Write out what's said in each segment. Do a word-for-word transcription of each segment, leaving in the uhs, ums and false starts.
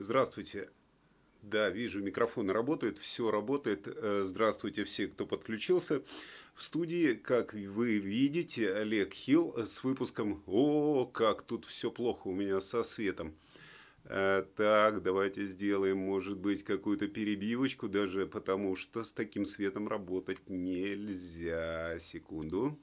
Здравствуйте. Да, вижу, микрофоны работают, все работает. Э, Здравствуйте все, кто подключился. В студии, как вы видите, Олег Хилл с выпуском «О, как тут все плохо у меня со светом». Э, Так, давайте сделаем, может быть, какую-то перебивочку, даже потому что с таким светом работать нельзя. Секунду.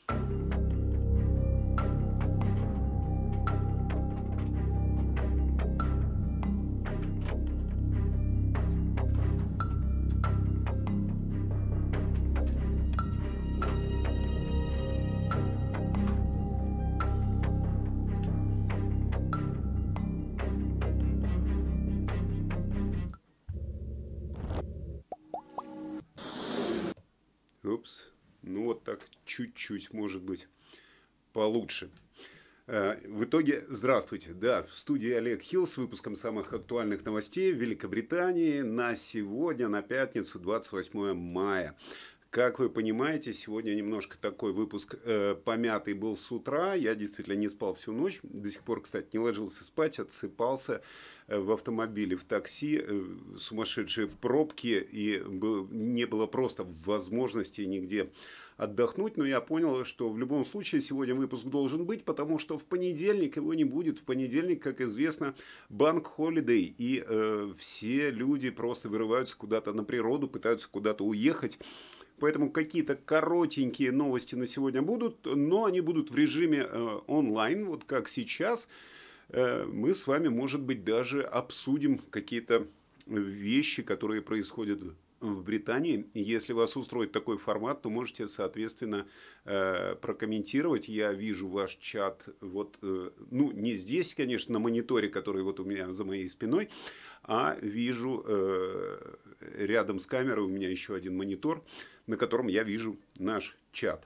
Упс. Ну вот так чуть-чуть, может быть, получше. Э, В итоге, здравствуйте. Да, в студии Олег Хилл с выпуском самых актуальных новостей в Великобритании на сегодня, на пятницу, двадцать восьмое мая. Как вы понимаете, сегодня немножко такой выпуск э, помятый был с утра. Я действительно не спал всю ночь. До сих пор, кстати, не ложился спать, отсыпался э, в автомобиле, в такси. Э, сумасшедшие пробки. И был, не было просто возможности нигде отдохнуть. Но я понял, что в любом случае сегодня выпуск должен быть, потому что в понедельник его не будет. В понедельник, как известно, банк холидей. И э, все люди просто вырываются куда-то на природу, пытаются куда-то уехать. Поэтому какие-то коротенькие новости на сегодня будут, но они будут в режиме э, онлайн, вот как сейчас. Э, мы с вами, может быть, даже обсудим какие-то вещи, которые происходят в Британии. Если вас устроит такой формат, то можете, соответственно, э, прокомментировать. Я вижу ваш чат, вот, э, ну, не здесь, конечно, на мониторе, который вот у меня за моей спиной, а вижу э, рядом с камерой у меня еще один монитор, на котором я вижу наш чат.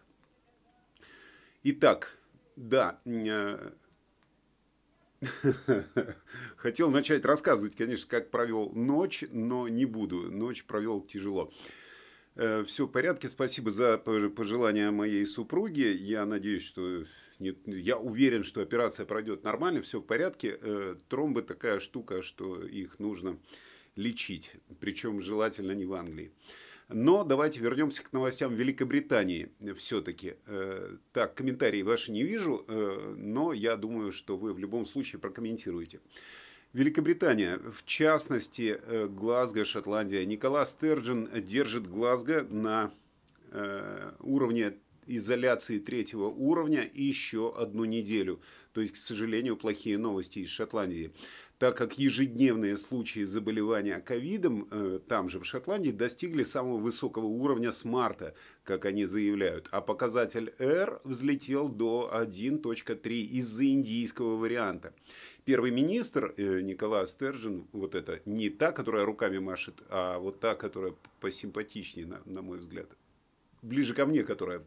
Итак, да, э, хотел начать рассказывать, конечно, как провел ночь, но не буду. Ночь провел тяжело. Э, Все в порядке. Спасибо за пож- пожелания моей супруги. Я надеюсь, что... не- я уверен, что операция пройдет нормально, все в порядке. Э, Тромбы такая штука, что их нужно лечить. Причем желательно не в Англии. Но давайте вернемся к новостям Великобритании все-таки. Э, Так, комментарии ваши не вижу, э, но я думаю, что вы в любом случае прокомментируете. Великобритания, в частности, э, Глазго, Шотландия. Никола Стерджен держит Глазго на э, уровне изоляции третьего уровня еще одну неделю. То есть, к сожалению, плохие новости из Шотландии. Так как ежедневные случаи заболевания ковидом э, там же в Шотландии достигли самого высокого уровня с марта, как они заявляют. А показатель R взлетел до один точка три из-за индийского варианта. Первый министр э, Никола Стерджен, вот это не та, которая руками машет, а вот та, которая посимпатичнее, на, на мой взгляд. Ближе ко мне, которая...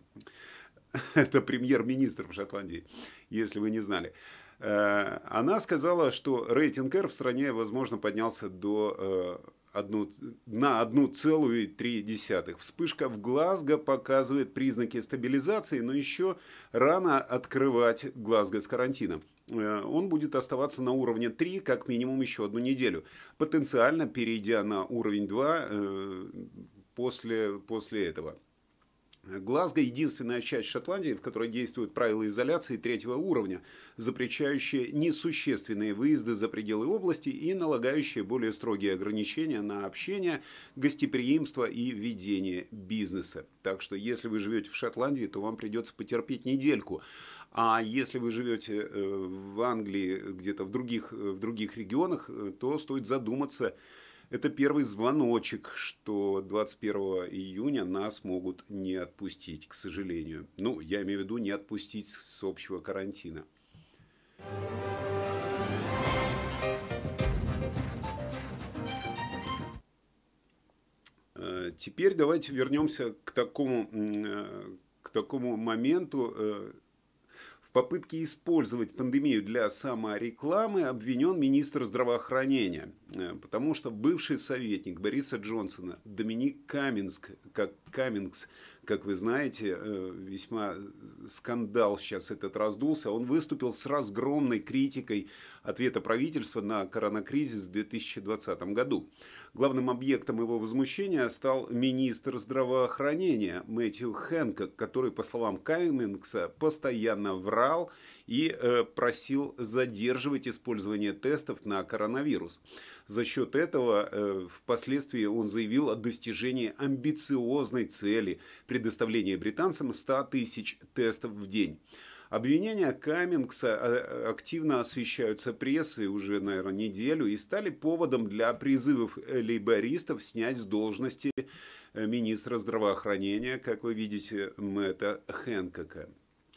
Это премьер-министр в Шотландии, если вы не знали. Э, Она сказала, что рейтинг R в стране, возможно, поднялся до э, одну, на одна целая три десятых. Вспышка в Глазго показывает признаки стабилизации, но еще рано открывать Глазго с карантином. Э, Он будет оставаться на уровне три как минимум еще одну неделю, потенциально перейдя на уровень два э, после, после этого. Глазго – единственная часть Шотландии, в которой действуют правила изоляции третьего уровня, запрещающие несущественные выезды за пределы области и налагающие более строгие ограничения на общение, гостеприимство и ведение бизнеса. Так что, если вы живете в Шотландии, то вам придется потерпеть недельку. А если вы живете в Англии, где-то в других, в других регионах, то стоит задуматься. Это первый звоночек, что двадцать первого июня нас могут не отпустить, к сожалению. Ну, я имею в виду не отпустить с общего карантина. Э, Теперь давайте вернемся к такому, э, к такому моменту. э, В попытке использовать пандемию для саморекламы обвинен министр здравоохранения. Потому что бывший советник Бориса Джонсона Доминик Каммингс, как Каммингс, как вы знаете, весьма скандал сейчас этот раздулся, он выступил с разгромной критикой ответа правительства на коронакризис в две тысячи двадцатом году. Главным объектом его возмущения стал министр здравоохранения Мэтью Хэнкок, который, по словам Каммингса, постоянно врал и просил задерживать использование тестов на коронавирус. За счет этого впоследствии он заявил о достижении амбициозной цели предоставления британцам ста тысяч тестов в день. Обвинения Каммингса активно освещаются прессой уже, наверное, неделю и стали поводом для призывов лейбористов снять с должности министра здравоохранения, как вы видите, Мэтта Хэнкока.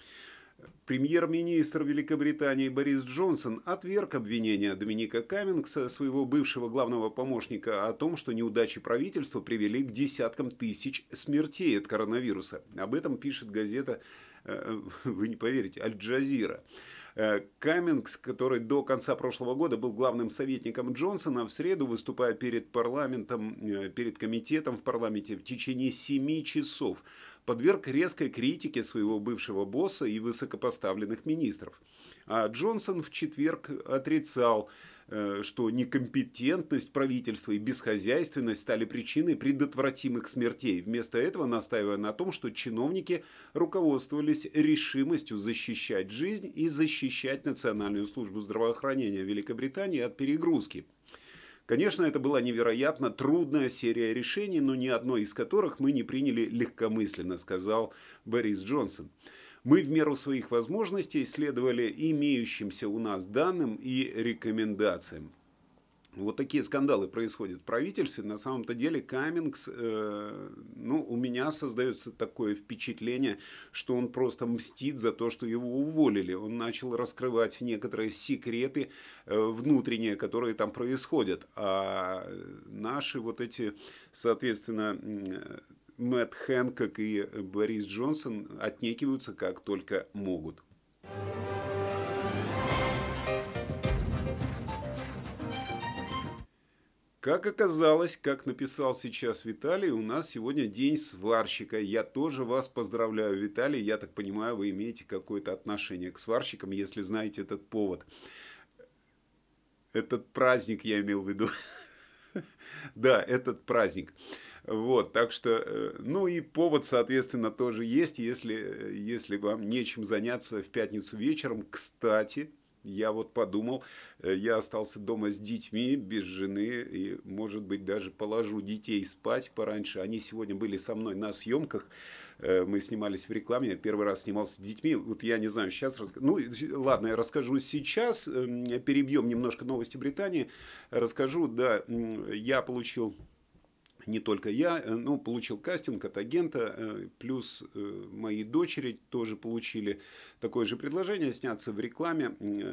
Премьер-министр Великобритании Борис Джонсон отверг обвинения Доминика Каммингса, своего бывшего главного помощника, о том, что неудачи правительства привели к десяткам тысяч смертей от коронавируса. Об этом пишет газета, вы не поверите, Аль-Джазира. Каммингс, который до конца прошлого года был главным советником Джонсона, в среду, выступая перед парламентом, перед комитетом в парламенте в течение семи часов, подверг резкой критике своего бывшего босса и высокопоставленных министров. А Джонсон в четверг отрицал, что некомпетентность правительства и бесхозяйственность стали причиной предотвратимых смертей. Вместо этого настаивая на том, что чиновники руководствовались решимостью защищать жизнь и защищать Национальную службу здравоохранения Великобритании от перегрузки. Конечно, это была невероятно трудная серия решений, но ни одно из которых мы не приняли легкомысленно, сказал Борис Джонсон. Мы в меру своих возможностей следовали имеющимся у нас данным и рекомендациям. Вот такие скандалы происходят в правительстве. На самом-то деле Каммингс, э, ну, у меня создается такое впечатление, что он просто мстит за то, что его уволили. Он начал раскрывать некоторые секреты э, внутренние, которые там происходят. А наши вот эти, соответственно, э, Мэтт Хэнкок и Борис Джонсон отнекиваются как только могут. Как оказалось, как написал сейчас Виталий, у нас сегодня день сварщика. Я тоже вас поздравляю, Виталий. Я так понимаю, вы имеете какое-то отношение к сварщикам, если знаете этот повод. Этот праздник я имел в виду. Да, этот праздник. Вот, так что, ну и повод, соответственно, тоже есть, если, если вам нечем заняться в пятницу вечером. Кстати, я вот подумал, я остался дома с детьми, без жены, и, может быть, даже положу детей спать пораньше. Они сегодня были со мной на съемках, мы снимались в рекламе, я первый раз снимался с детьми. Вот я не знаю, сейчас расскажу. Ну, ладно, я расскажу сейчас, перебьем немножко новости Британии. Расскажу, да, я получил... Не только я, ну, получил кастинг от агента, плюс мои дочери тоже получили такое же предложение сняться в рекламе.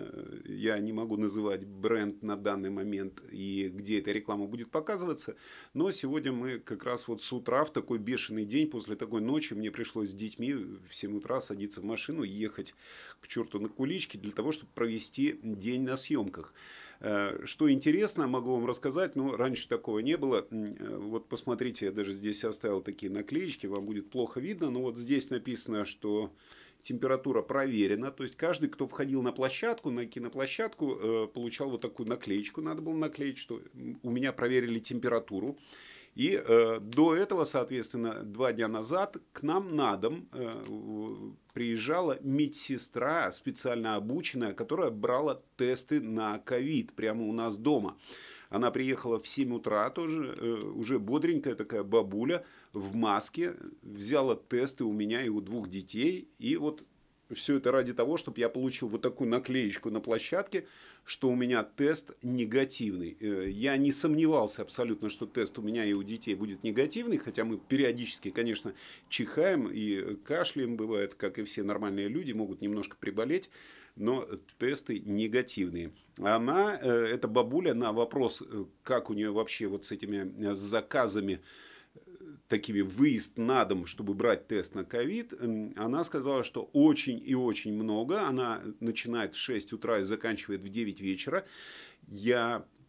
Я не могу называть бренд на данный момент и где эта реклама будет показываться, но сегодня мы как раз вот с утра, в такой бешеный день, после такой ночи, мне пришлось с детьми в семь утра садиться в машину и ехать к черту на куличке для того, чтобы провести день на съемках. Что интересно, могу вам рассказать, но раньше такого не было. Вот посмотрите, я даже здесь оставил такие наклеечки, вам будет плохо видно, но вот здесь написано, что температура проверена, то есть каждый, кто входил на площадку, на киноплощадку, получал вот такую наклеечку, надо было наклеить, что у меня проверили температуру. И э, до этого, соответственно, два дня назад к нам на дом э, приезжала медсестра, специально обученная, которая брала тесты на ковид прямо у нас дома. Она приехала в семь утра тоже, э, уже бодренькая такая бабуля в маске, взяла тесты у меня и у двух детей. И вот все это ради того, чтобы я получил вот такую наклеечку на площадке, что у меня тест негативный. Я не сомневался абсолютно, что тест у меня и у детей будет негативный, хотя мы периодически, конечно, чихаем и кашляем, бывает, как и все нормальные люди, могут немножко приболеть, но тесты негативные. Она, эта бабуля, на вопрос, как у нее вообще вот с этими заказами, такими выезд на дом, чтобы брать тест на ковид, она сказала, что очень и очень много. Она начинает в шесть утра и заканчивает в девять вечера. Я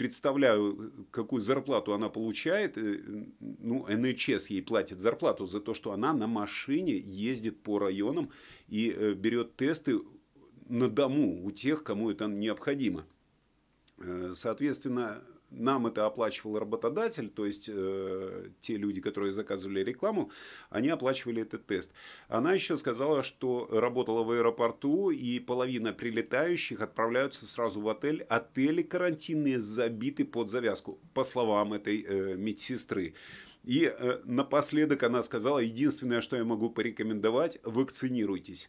представляю, какую зарплату она получает. Ну, эн эйч эс ей платит зарплату за то, что она на машине ездит по районам и берет тесты на дому у тех, кому это необходимо. Соответственно, нам это оплачивал работодатель, то есть э, те люди, которые заказывали рекламу, они оплачивали этот тест. Она еще сказала, что работала в аэропорту, и половина прилетающих отправляются сразу в отель. Отели карантинные забиты под завязку, по словам этой э, медсестры. И э, напоследок она сказала, единственное, что я могу порекомендовать, вакцинируйтесь.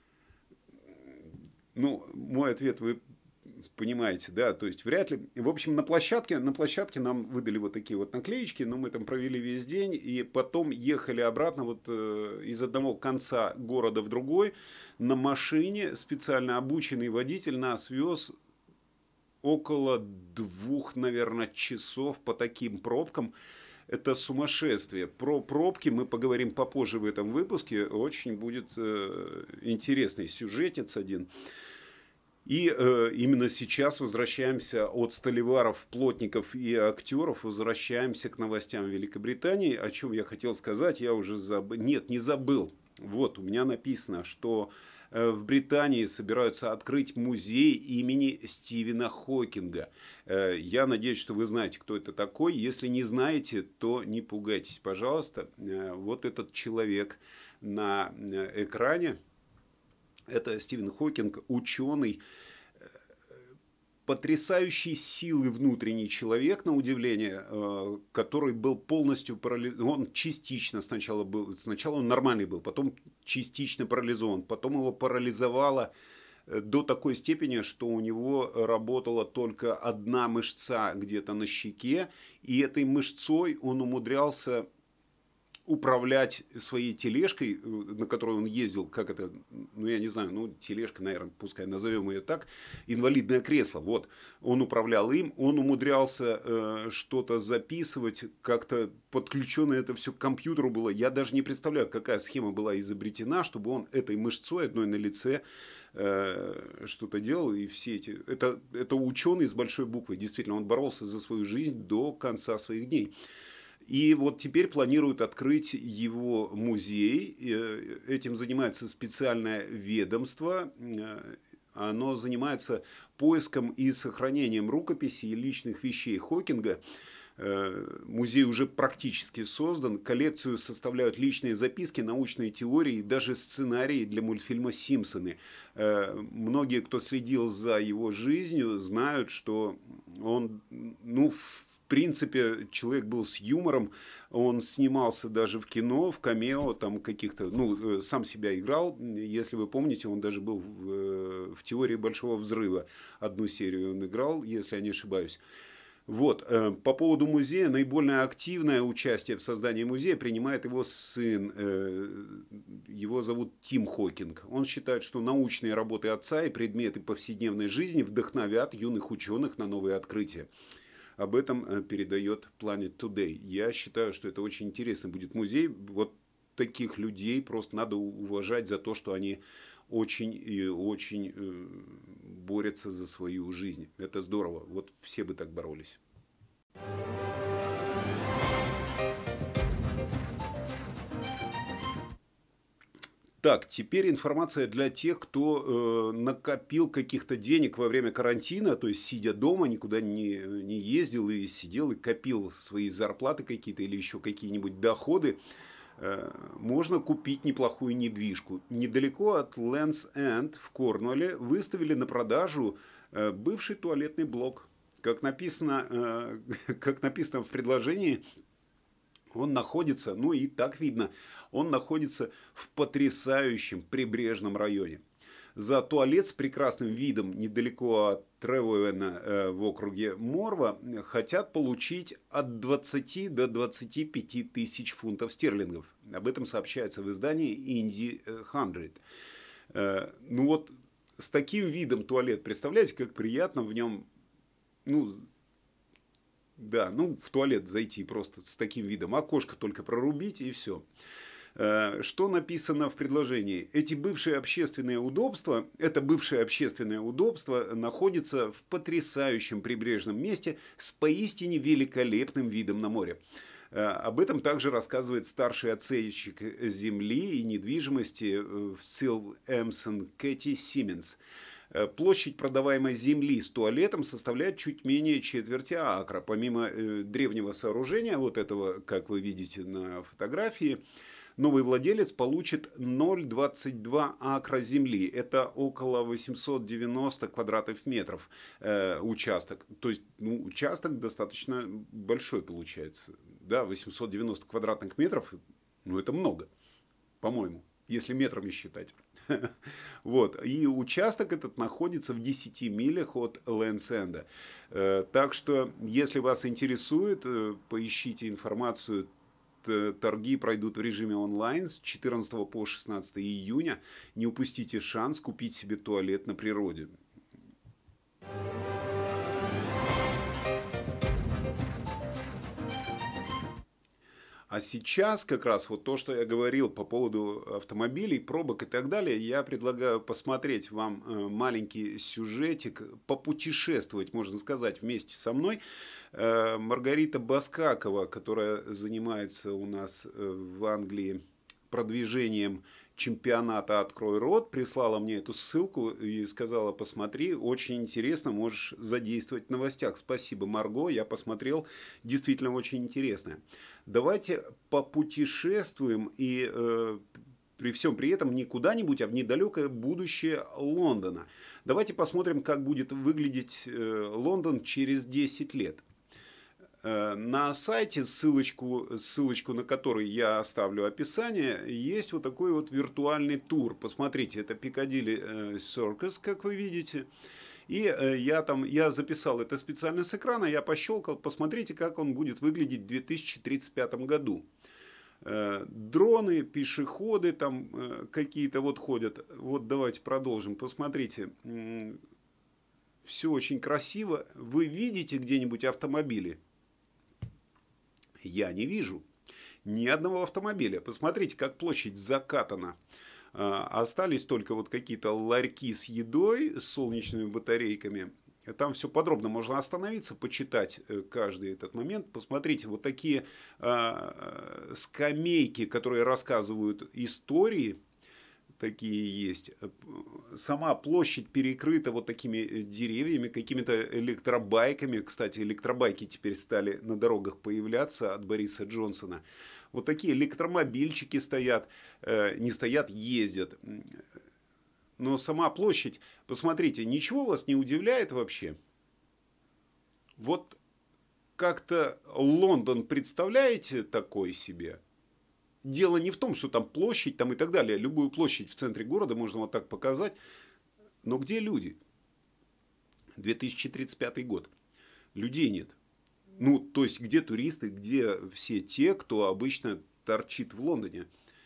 Ну, мой ответ вы понимаете, да, то есть вряд ли. В общем, на площадке, на площадке нам выдали вот такие вот наклеечки, но мы там провели весь день, и потом ехали обратно вот э, из одного конца города в другой на машине. Специально обученный водитель нас вез около двух, наверное, часов по таким пробкам. Это сумасшествие. Про пробки мы поговорим попозже в этом выпуске. Очень будет э, интересный сюжетец один. И э, именно сейчас возвращаемся от столеваров, плотников и актеров, возвращаемся к новостям Великобритании. О чем я хотел сказать, я уже забыл. Нет, не забыл. Вот, у меня написано, что э, в Британии собираются открыть музей имени Стивена Хокинга. Э, я надеюсь, что вы знаете, кто это такой. Если не знаете, то не пугайтесь, пожалуйста. Э, вот этот человек на экране. Это Стивен Хокинг, ученый, потрясающей силы внутренний человек, на удивление, который был полностью парализован. Он частично сначала был, сначала он нормальный был, потом частично парализован, потом его парализовало до такой степени, что у него работала только одна мышца где-то на щеке, и этой мышцой он умудрялся управлять своей тележкой, на которой он ездил, как это, ну я не знаю, ну тележка, наверное, пускай назовем ее так, инвалидное кресло, вот, он управлял им, он умудрялся э, что-то записывать, как-то подключено это все к компьютеру было, я даже не представляю, какая схема была изобретена, чтобы он этой мышцой одной на лице э, что-то делал, и все эти, это, это ученый с большой буквы, действительно, он боролся за свою жизнь до конца своих дней. И вот теперь планируют открыть его музей. Этим занимается специальное ведомство. Оно занимается поиском и сохранением рукописей и личных вещей Хокинга. Музей уже практически создан. Коллекцию составляют личные записки, научные теории и даже сценарии для мультфильма «Симпсоны». Многие, кто следил за его жизнью, знают, что он, ну, в принципе, человек был с юмором, он снимался даже в кино, в камео, там каких-то, ну, сам себя играл, если вы помните, он даже был в, в «Теории большого взрыва», одну серию он играл, если я не ошибаюсь. Вот, по поводу музея, наиболее активное участие в создании музея принимает его сын, его зовут Тим Хокинг. Он считает, что научные работы отца и предметы повседневной жизни вдохновят юных ученых на новые открытия. Об этом передает Planet Today. Я считаю, что это очень интересный будет музей. Вот таких людей просто надо уважать за то, что они очень и очень борются за свою жизнь. Это здорово. Вот все бы так боролись. Так, теперь информация для тех, кто э, накопил каких-то денег во время карантина, то есть сидя дома, никуда не, не ездил и сидел и копил свои зарплаты какие-то или еще какие-нибудь доходы. Э, можно купить неплохую недвижку. Недалеко от Land's End в Корнуолле выставили на продажу э, бывший туалетный блок. Как написано, э, как написано в предложении, он находится, ну и так видно, он находится в потрясающем прибрежном районе. За туалет с прекрасным видом недалеко от Тревуэна э, в округе Морва хотят получить от двадцати до двадцати пяти тысяч фунтов стерлингов. Об этом сообщается в издании Инди сто. Э, ну вот с таким видом туалет, представляете, как приятно в нем, ну... Да, ну в туалет зайти просто с таким видом, окошко только прорубить и все. Что написано в предложении? Эти бывшие общественные удобства, это бывшее общественное удобство находится в потрясающем прибрежном месте с поистине великолепным видом на море. Об этом также рассказывает старший оценщик земли и недвижимости в Силв Эмсон Кэти Симмонс. Площадь продаваемой земли с туалетом составляет чуть менее четверти акра. Помимо древнего сооружения, вот этого, как вы видите на фотографии, новый владелец получит ноль целых двадцать два акра земли. Это около восемьсот девяносто квадратных метров э, участок. То есть ну, участок достаточно большой получается. Да, восемьсот девяносто квадратных метров, ну это много, по-моему, если метрами считать. Вот. И участок этот находится в десяти милях от Лэндс-Энда. Э, так что, если вас интересует, э, поищите информацию. Торги пройдут в режиме онлайн с четырнадцатого по шестнадцатое июня. Не упустите шанс купить себе туалет на природе. А сейчас как раз вот то, что я говорил по поводу автомобилей, пробок и так далее, я предлагаю посмотреть вам маленький сюжетик, попутешествовать, можно сказать, вместе со мной. Маргарита Баскакова, которая занимается у нас в Англии продвижением чемпионата «Открой рот», прислала мне эту ссылку и сказала: посмотри, очень интересно, можешь задействовать в новостях. Спасибо, Марго, я посмотрел, действительно очень интересно. Давайте попутешествуем и э, при всем при этом не куда-нибудь, а в недалекое будущее Лондона. Давайте посмотрим, как будет выглядеть э, Лондон через десять лет. На сайте, ссылочку, ссылочку на который я оставлю описание, есть вот такой вот виртуальный тур. Посмотрите, это Piccadilly Circus, как вы видите. И я там, я записал это специально с экрана, я пощелкал. Посмотрите, как он будет выглядеть в две тысячи тридцать пятом году. Дроны, пешеходы там какие-то вот ходят. Вот давайте продолжим. Посмотрите, все очень красиво. Вы видите где-нибудь автомобили? Я не вижу ни одного автомобиля. Посмотрите, как площадь закатана. Остались только вот какие-то ларьки с едой, с солнечными батарейками. Там все подробно можно остановиться, почитать каждый этот момент. Посмотрите, вот такие э, скамейки, которые рассказывают истории. Такие есть. Сама площадь перекрыта вот такими деревьями, какими-то электробайками. Кстати, электробайки теперь стали на дорогах появляться от Бориса Джонсона. Вот такие электромобильчики стоят, не стоят, ездят. Но сама площадь, посмотрите, ничего вас не удивляет вообще? Вот как-то Лондон представляете такой себе? Дело не в том, что там площадь там и так далее. Любую площадь в центре города можно вот так показать. Но где люди? две тысячи тридцать пятый год. Людей нет. Ну, то есть, где туристы, где все те, кто обычно торчит в Лондоне.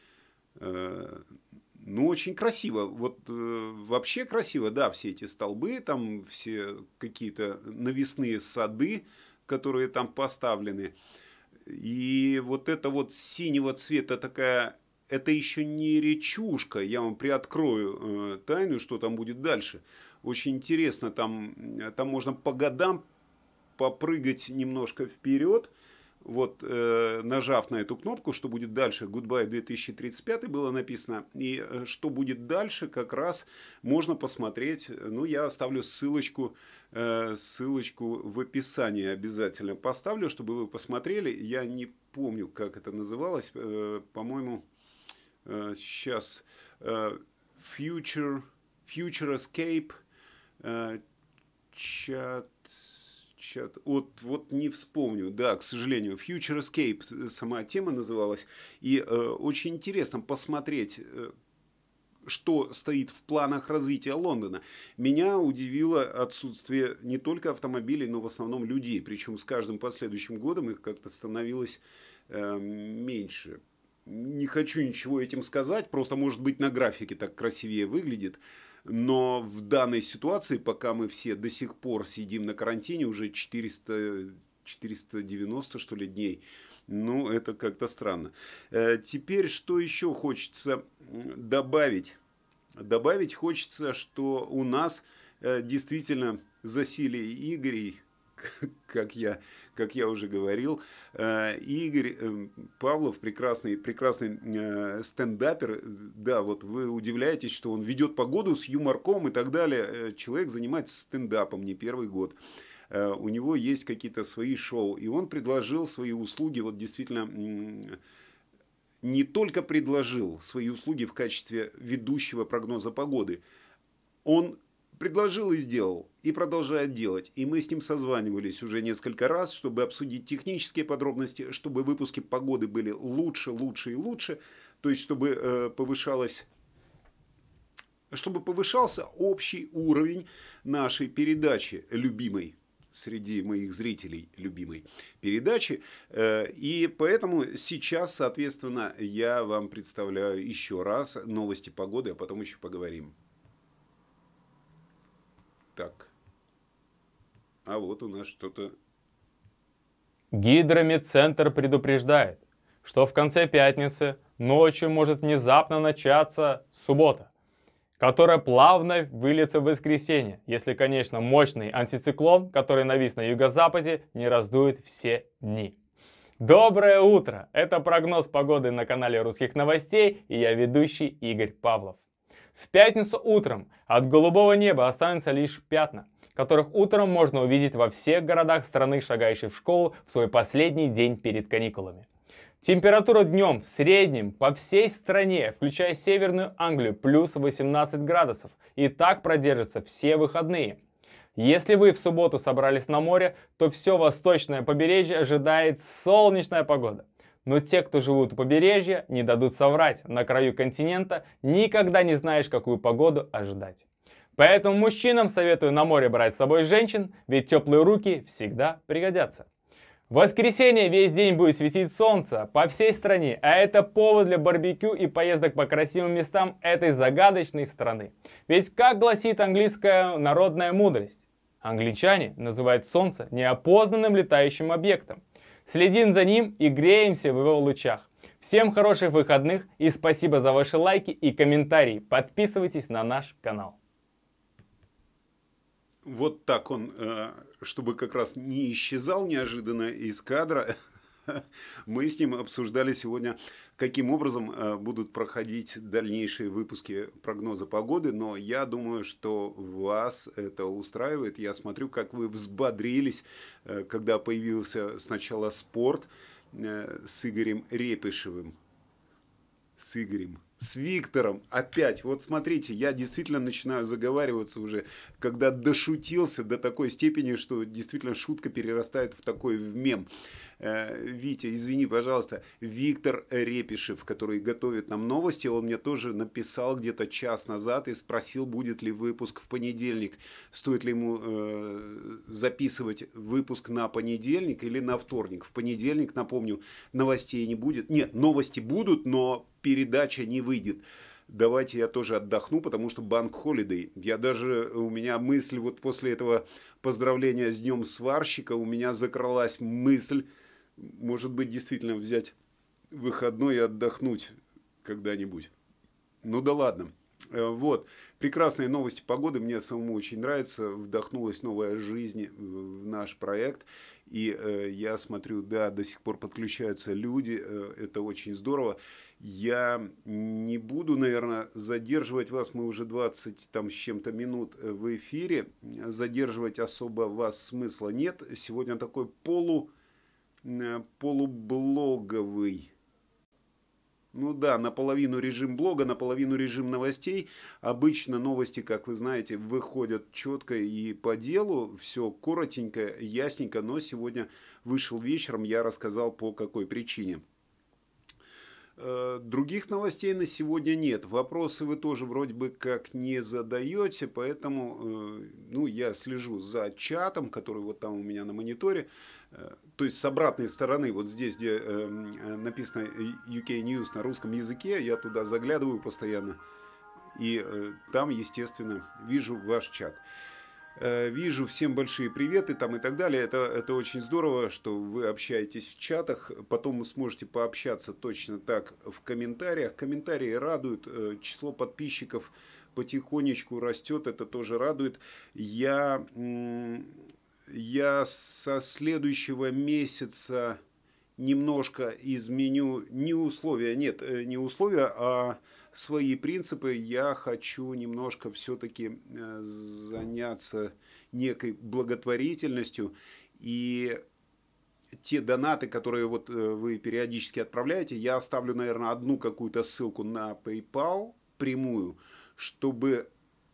Ну, очень красиво. Вот вообще красиво, да, все эти столбы, там все какие-то навесные сады, которые там поставлены. И вот это вот синего цвета такая, это еще не речушка. Я вам приоткрою э, тайну, что там будет дальше. Очень интересно, там, там можно по годам попрыгать немножко вперед. Вот, э, нажав на эту кнопку, что будет дальше, Goodbye две тысячи тридцать пятый было написано. И э, что будет дальше, как раз можно посмотреть. Ну, я оставлю ссылочку, э, ссылочку в описании обязательно поставлю, чтобы вы посмотрели. Я не помню, как это называлось. Э, по-моему, э, сейчас э, Future, Future Escape, э, чат... Вот, вот не вспомню, да, к сожалению. Future Escape сама тема называлась. И э, очень интересно посмотреть, э, что стоит в планах развития Лондона. Меня удивило отсутствие не только автомобилей, но в основном людей. Причем с каждым последующим годом их как-то становилось э, меньше. Не хочу ничего этим сказать, просто может быть на графике так красивее выглядит. Но в данной ситуации, пока мы все до сих пор сидим на карантине, уже четыреста четыреста девяносто, что ли, дней. Ну, это как-то странно. Теперь, что еще хочется добавить? Добавить хочется, что у нас действительно засилие Игорей, как я, как я уже говорил. Игорь Павлов, прекрасный, прекрасный стендапер. Да, вот вы удивляетесь, что он ведет погоду с юморком и так далее. Человек занимается стендапом не первый год. У него есть какие-то свои шоу. И он предложил свои услуги, вот действительно, не только предложил свои услуги в качестве ведущего прогноза погоды. Он предложил и сделал, и продолжает делать. И мы с ним созванивались уже несколько раз, чтобы обсудить технические подробности, чтобы выпуски погоды были лучше, лучше и лучше. То есть, чтобы повышалось... чтобы повышался общий уровень нашей передачи любимой, среди моих зрителей любимой передачи. И поэтому сейчас, соответственно, я вам представляю еще раз новости погоды, а потом еще поговорим. Так. А вот у нас что-то... Гидрометцентр предупреждает, что в конце пятницы ночью может внезапно начаться суббота, которая плавно выльется в воскресенье, если, конечно, мощный антициклон, который навис на юго-западе, не раздует все дни. Доброе утро! Это прогноз погоды на канале Русских Новостей, и я ведущий Игорь Павлов. В пятницу утром от голубого неба останутся лишь пятна, которых утром можно увидеть во всех городах страны, шагающих в школу в свой последний день перед каникулами. Температура днем в среднем по всей стране, включая Северную Англию, плюс восемнадцать градусов. И так продержится все выходные. Если вы в субботу собрались на море, то все восточное побережье ожидает солнечная погода. Но те, кто живут у побережья, не дадут соврать. На краю континента никогда не знаешь, какую погоду ожидать. Поэтому мужчинам советую на море брать с собой женщин, ведь теплые руки всегда пригодятся. В воскресенье весь день будет светить солнце по всей стране, а это повод для барбекю и поездок по красивым местам этой загадочной страны. Ведь, как гласит английская народная мудрость, англичане называют солнце неопознанным летающим объектом. Следим за ним и греемся в его лучах. Всем хороших выходных и спасибо за ваши лайки и комментарии. Подписывайтесь на наш канал. Вот так он, чтобы как раз не исчезал неожиданно из кадра, мы с ним обсуждали сегодня, каким образом будут проходить дальнейшие выпуски прогноза погоды. Но я думаю, что вас это устраивает. Я смотрю, как вы взбодрились, когда появился сначала спорт с Игорем Репишевым. С Игорем. С Виктором опять. Вот смотрите, я действительно начинаю заговариваться уже, когда дошутился до такой степени, что действительно шутка перерастает в такой в мем. Витя, извини, пожалуйста, Виктор Репишев, который готовит нам новости, он мне тоже написал где-то час назад и спросил, будет ли выпуск в понедельник. Стоит ли ему э, записывать выпуск на понедельник или на вторник. В понедельник, напомню, новостей не будет. Нет, новости будут, но передача не выйдет. Давайте я тоже отдохну, потому что банк холидей. Я даже, у меня мысль, вот после этого поздравления с Днем Сварщика, у меня закралась мысль, может быть, действительно взять выходной и отдохнуть когда-нибудь. Ну да ладно. Вот. Прекрасные новости погоды. Мне самому очень нравится. Вдохнулась новая жизнь в наш проект. И э, я смотрю, да, до сих пор подключаются люди. Э, это очень здорово. Я не буду, наверное, задерживать вас. Мы уже двадцать там с чем-то минут в эфире. Задерживать особо вас смысла нет. Сегодня такой полу, полублоговый. Ну да, наполовину режим блога, наполовину режим новостей. Обычно новости, как вы знаете, выходят четко и по делу. Все коротенько, ясненько. Но сегодня вышел вечером, я рассказал, по какой причине. Других новостей на сегодня нет. Вопросы вы тоже вроде бы как не задаете, поэтому ну, я слежу за чатом, который вот там у меня на мониторе. То есть с обратной стороны, вот здесь, где написано ю кей News на русском языке, я туда заглядываю постоянно. И там, естественно, вижу ваш чат. Э, Вижу, всем большие приветы там и так далее. Это, это очень здорово, что вы общаетесь в чатах. Потом вы сможете пообщаться точно так в комментариях. Комментарии радуют. э, Число подписчиков потихонечку растет. Это тоже радует. Я, м, я со следующего месяца немножко изменю не условия, нет, э, не условия, а свои принципы. Я хочу немножко все-таки э, заняться некой благотворительностью. И те донаты, которые вот э, вы периодически отправляете, я оставлю, наверное, одну какую-то ссылку на PayPal прямую, чтобы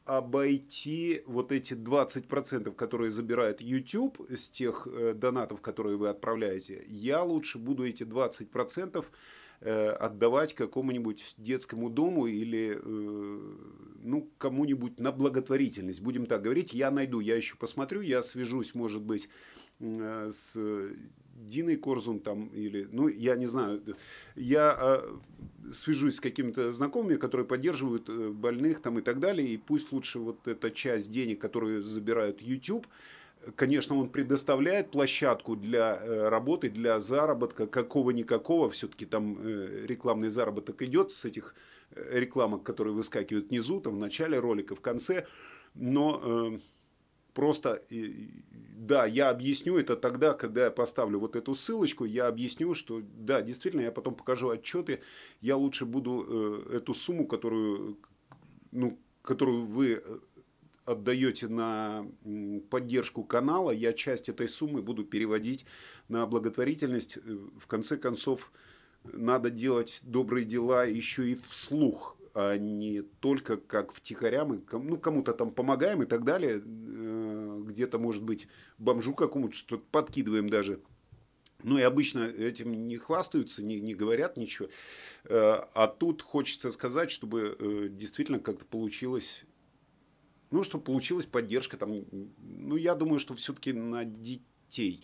обойти вот эти двадцать процентов, которые забирает YouTube с тех э, донатов, которые вы отправляете. Я лучше буду эти двадцать процентов э, отдавать какому-нибудь детскому дому или э, ну, кому-нибудь на благотворительность. Будем так говорить. Я найду, я еще посмотрю, я свяжусь, может быть, э, с Диной Корзун там или, ну, я не знаю, я э, свяжусь с какими-то знакомыми, которые поддерживают э, больных там и так далее, и пусть лучше вот эта часть денег, которую забирают YouTube, конечно, он предоставляет площадку для э, работы, для заработка, какого-никакого, все-таки там э, рекламный заработок идет с этих э, рекламок, которые выскакивают внизу, там в начале ролика, в конце, но... Э, Просто, да, я объясню это тогда, когда я поставлю вот эту ссылочку, я объясню, что, да, действительно, я потом покажу отчеты, я лучше буду э, эту сумму, которую, ну, которую вы отдаете на поддержку канала, я часть этой суммы буду переводить на благотворительность. В конце концов, надо делать добрые дела еще и вслух, а не только как втихаря мы ну, кому-то там помогаем и так далее. Где-то, может быть, бомжу какому-то что-то подкидываем даже. Ну и обычно этим не хвастаются, не, не говорят ничего. А тут хочется сказать, чтобы действительно как-то получилось... Ну, чтобы получилась поддержка. Там, ну, я думаю, что все-таки на детей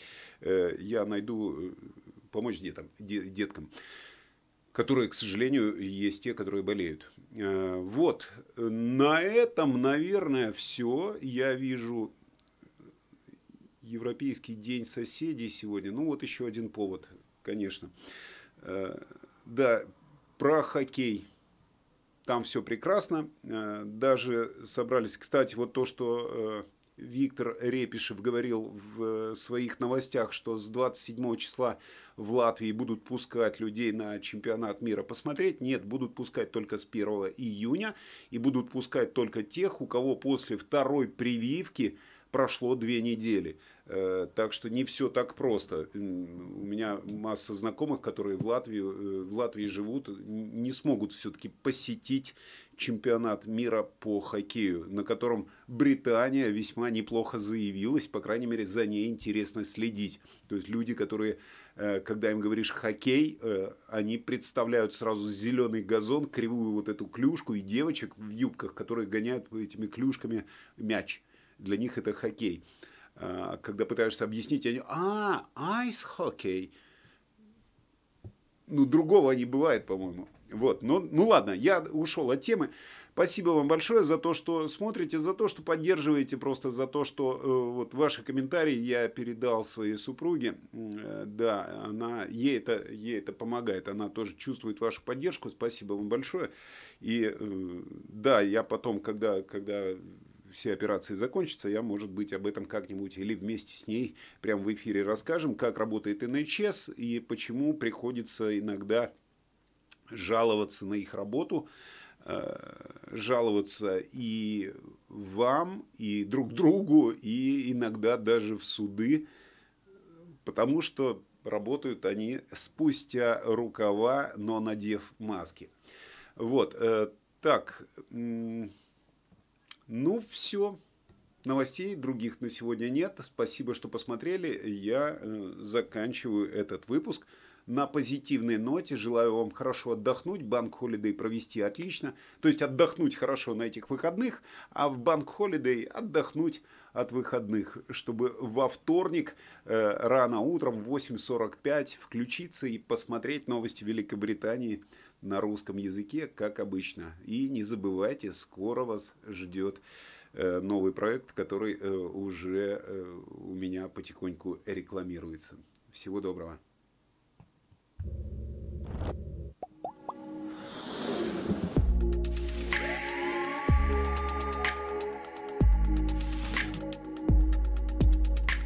я найду помочь детям, деткам, которые, к сожалению, есть те, которые болеют. Вот. На этом, наверное, все. Я вижу Европейский день соседей сегодня. Ну, вот еще один повод, конечно. Да, про хоккей. Там все прекрасно. Даже собрались... Кстати, вот то, что Виктор Репишев говорил в своих новостях, что с двадцать седьмого числа в Латвии будут пускать людей на чемпионат мира посмотреть. Нет, будут пускать только с первого июня. И будут пускать только тех, у кого после второй прививки прошло две недели. Так что не все так просто. У меня масса знакомых, которые в Латвии, в Латвии живут, не смогут все-таки посетить чемпионат мира по хоккею, на котором Британия весьма неплохо заявилась, по крайней мере, за ней интересно следить. То есть люди, которые, когда им говоришь хоккей, они представляют сразу зеленый газон, кривую вот эту клюшку и девочек в юбках, которые гоняют этими клюшками мяч. Для них это хоккей. Когда пытаешься объяснить, они, а, айс-хоккей. Ну, другого не бывает, по-моему. Вот, ну, ну ладно, я ушел от темы. Спасибо вам большое за то, что смотрите, за то, что поддерживаете, просто за то, что э, вот ваши комментарии я передал своей супруге. Э, да, она, ей это, ей это помогает, она тоже чувствует вашу поддержку. Спасибо вам большое. И э, да, я потом, когда, когда все операции закончатся, я, может быть, об этом как-нибудь или вместе с ней прямо в эфире расскажем, как работает эн эйч эс и почему приходится иногда жаловаться на их работу, жаловаться и вам, и друг другу, и иногда даже в суды, потому что работают они спустя рукава, но надев маски. Вот, так, ну все. Новостей других на сегодня нет. Спасибо, что посмотрели. Я заканчиваю этот выпуск на позитивной ноте. Желаю вам хорошо отдохнуть, банк холидей провести отлично. То есть отдохнуть хорошо на этих выходных, а в банк холидей отдохнуть от выходных, чтобы во вторник э, рано утром в восемь сорок пять включиться и посмотреть новости Великобритании на русском языке, как обычно. И не забывайте, скоро вас ждет новый проект, который уже у меня потихоньку рекламируется. Всего доброго.